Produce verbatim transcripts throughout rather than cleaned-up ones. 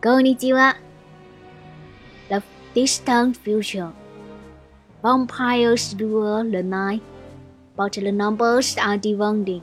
Konnichiwa. The distant future. Vampires rule the night, but the numbers are demanding.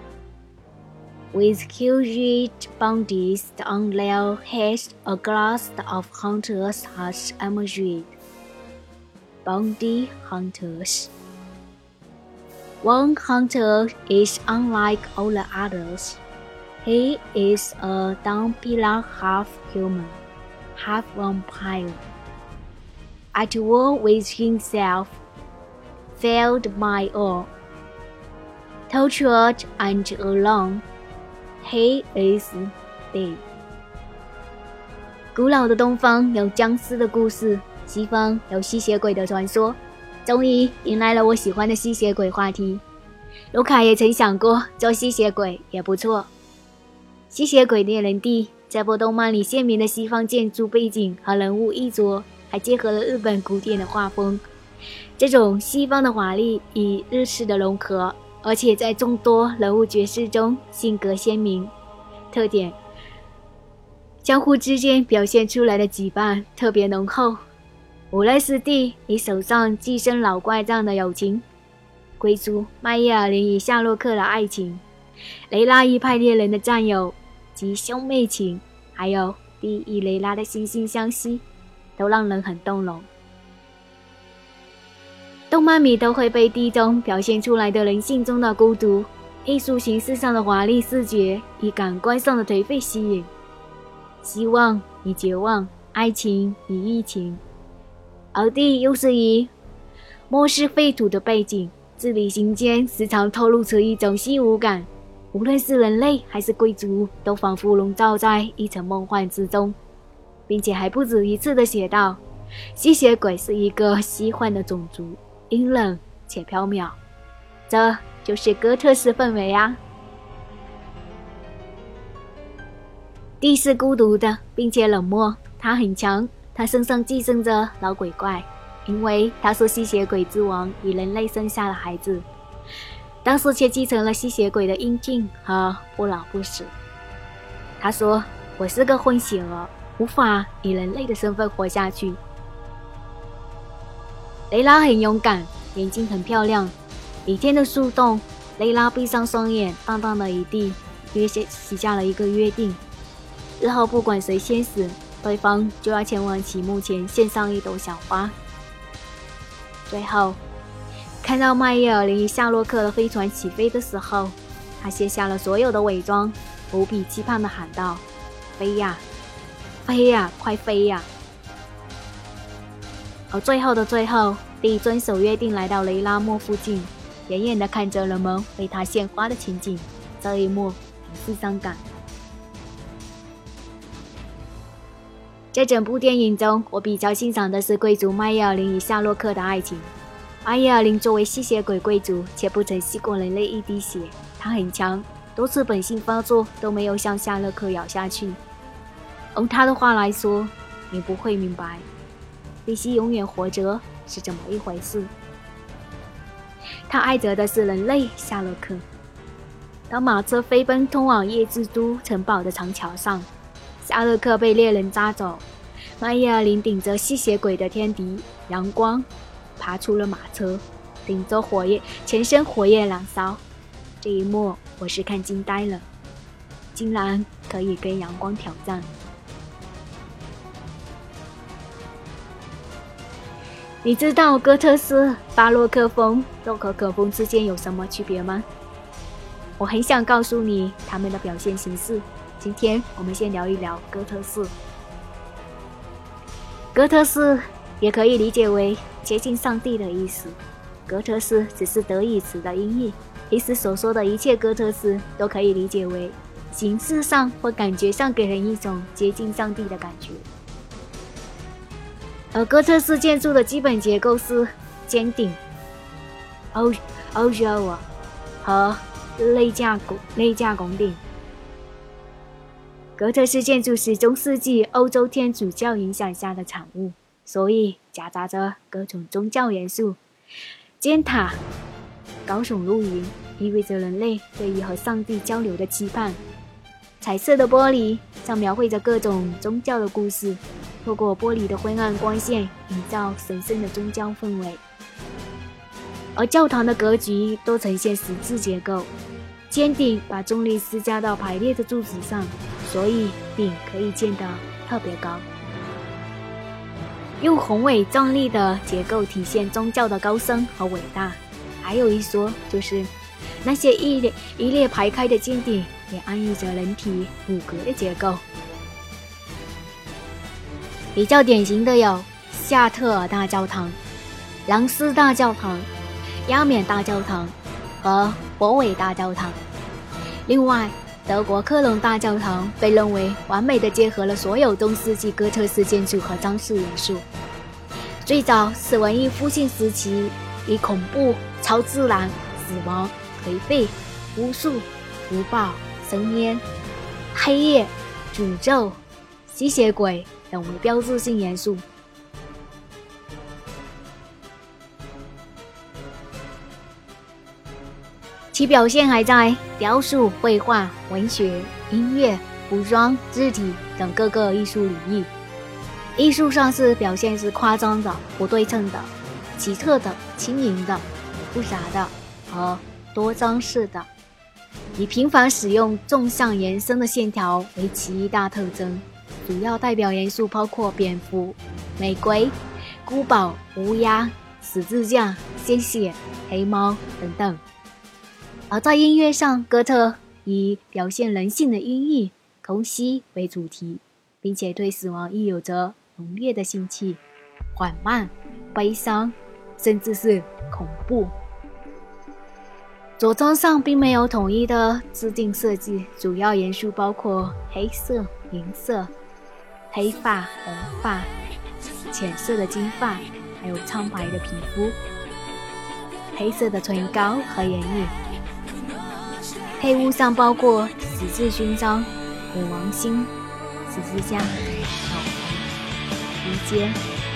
With huge bounties on their heads, a class of hunters has emerged. Bounty hunters. One hunter is unlike all the others. He is a Dampila half-human, half-vampire. At war with himself, failed by all. Tortured and alone, he is dead. 古老的东方有僵尸的故事，西方有吸血鬼的传说。终于迎来了我喜欢的吸血鬼话题。卢卡也曾想过做吸血鬼也不错。吸血鬼猎人 D 这部动漫里鲜明的西方建筑背景和人物衣着，还结合了日本古典的画风。这种西方的华丽与日式的融合，而且在众多人物角色中性格鲜明，特点相互之间表现出来的羁绊特别浓厚。无论是弟与手上寄生老怪这样的友情，贵族麦叶尔林与夏洛克的爱情，雷拉一派猎人的战友及兄妹情，还有弟与雷拉的惺惺相惜，都让人很动容。动漫迷都会被弟中表现出来的人性中的孤独、艺术形式上的华丽视觉与感官上的颓废吸引，希望与绝望，爱情与疫情。而弟又是以末世废土的背景，字里行间时常透露出一种虚无感，无论是人类还是贵族，都仿佛笼罩在一层梦幻之中，并且还不止一次地写道：吸血鬼是一个虚幻的种族，阴冷且缥缈。这就是哥特式氛围啊！弟是孤独的，并且冷漠，他很强。他身上寄生着老鬼怪，因为他是吸血鬼之王与人类生下的孩子，但是却继承了吸血鬼的英俊和不老不死。他说：我是个混血儿，无法以人类的身份活下去。雷拉很勇敢，眼睛很漂亮。倚天的树洞，雷拉闭上双眼，淡淡的与弟约写下了一个约定：日后不管谁先死，对方就要前往其墓前献上一朵小花。最后，看到麦叶尔林与夏洛克的飞船起飞的时候，他卸下了所有的伪装，无比期盼地喊道：飞呀，飞呀，快飞呀！而最后的最后，弟遵守约定来到雷拉墓附近，远远地看着人们为他献花的情景，这一幕很是伤感。在整部电影中，我比较欣赏的是贵族麦叶尔林与夏洛克的爱情。麦叶尔林作为吸血鬼贵族，却不曾吸过人类一滴血，他很强，多次本性发作都没有向夏洛克咬下去。用他的话来说，你不会明白，必须永远活着是怎么一回事。他爱着的是人类夏洛克。当马车飞奔通往夜之都城堡的长桥上，夏洛克被猎人抓走，麦叶尔林顶着吸血鬼的天敌阳光爬出了马车，顶着火焰，全身火焰燃烧。这一幕我是看惊呆了，竟然可以跟阳光挑战。你知道哥特式、巴洛克风、洛可可风之间有什么区别吗？我很想告诉你他们的表现形式。今天我们先聊一聊哥特式。哥特式也可以理解为接近上帝的意思。哥特式只是德语词的音译，意思所说的一切哥特式都可以理解为形式上或感觉上给人一种接近上帝的感觉。而哥特式建筑的基本结构是尖顶、欧欧洲瓦和内架拱内架拱顶。哥特式建筑是中世纪欧洲天主教影响下的产物，所以夹杂着各种宗教元素。尖塔高耸入云，意味着人类对于和上帝交流的期盼。 彩色的玻璃上描绘着各种宗教的故事，透过玻璃的昏暗光线，营造神圣的宗教氛围。而教堂的格局都呈现十字结构，尖顶把重力施加到排列的柱子上，所以顶可以建得特别高。用宏伟壮丽的结构体现宗教的高深和伟大。还有一说就是，那些一列一列排开的尖顶也暗喻着人体骨骼的结构。比较典型的有夏特尔大教堂、朗斯大教堂、亚冕大教堂和博韦大教堂。另外，德国科隆大教堂被认为完美地结合了所有中世纪哥特式建筑和装饰元素。最早是文艺复兴时期以恐怖、超自然、死亡、颓废、巫术、毒爆、深渊、黑夜、诅咒、吸血鬼等为标志性元素。其表现还在雕塑、绘画、文学、音乐、服装、字体等各个艺术领域。艺术上是表现是夸张的、不对称的、奇特的、轻盈的、复杂的和多装饰的，以频繁使用纵向延伸的线条为其一大特征。主要代表元素包括蝙蝠、玫瑰、古堡、乌鸦、十字架、鲜血、黑猫等等。而在音乐上，哥特以表现人性的阴翳、空虚为主题，并且对死亡亦有着浓烈的兴趣，缓慢、悲伤，甚至是恐怖。着装上并没有统一的制定设计，主要元素包括黑色、银色、黑发、红发、浅色的金发，还有苍白的皮肤，黑色的唇膏和眼影。配物上包括十字勋章、母王星、十字架、草盆、鱼尖。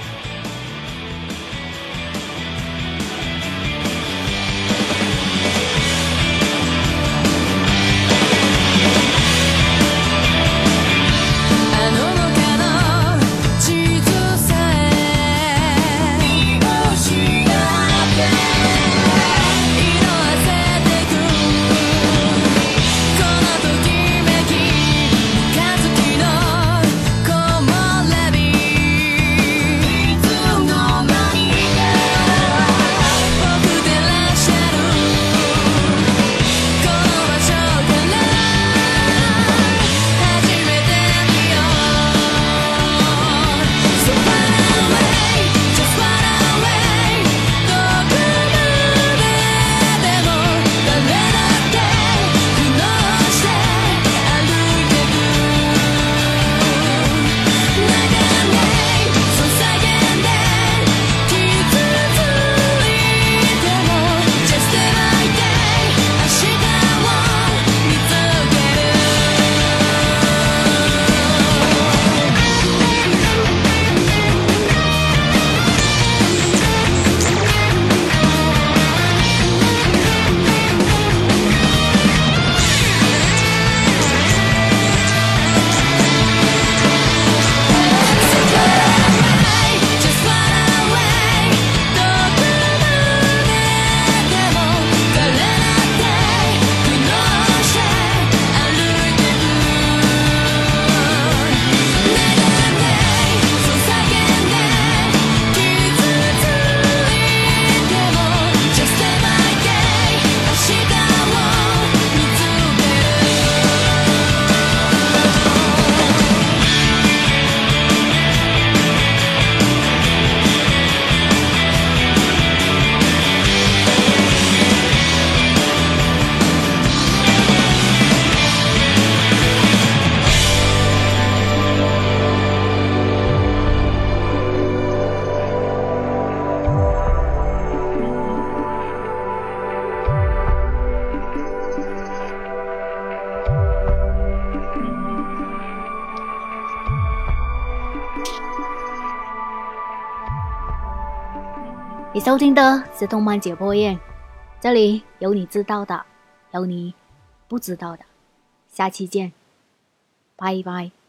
你收听的是动漫解剖院，这里有你知道的，有你不知道的。下期见。 拜拜。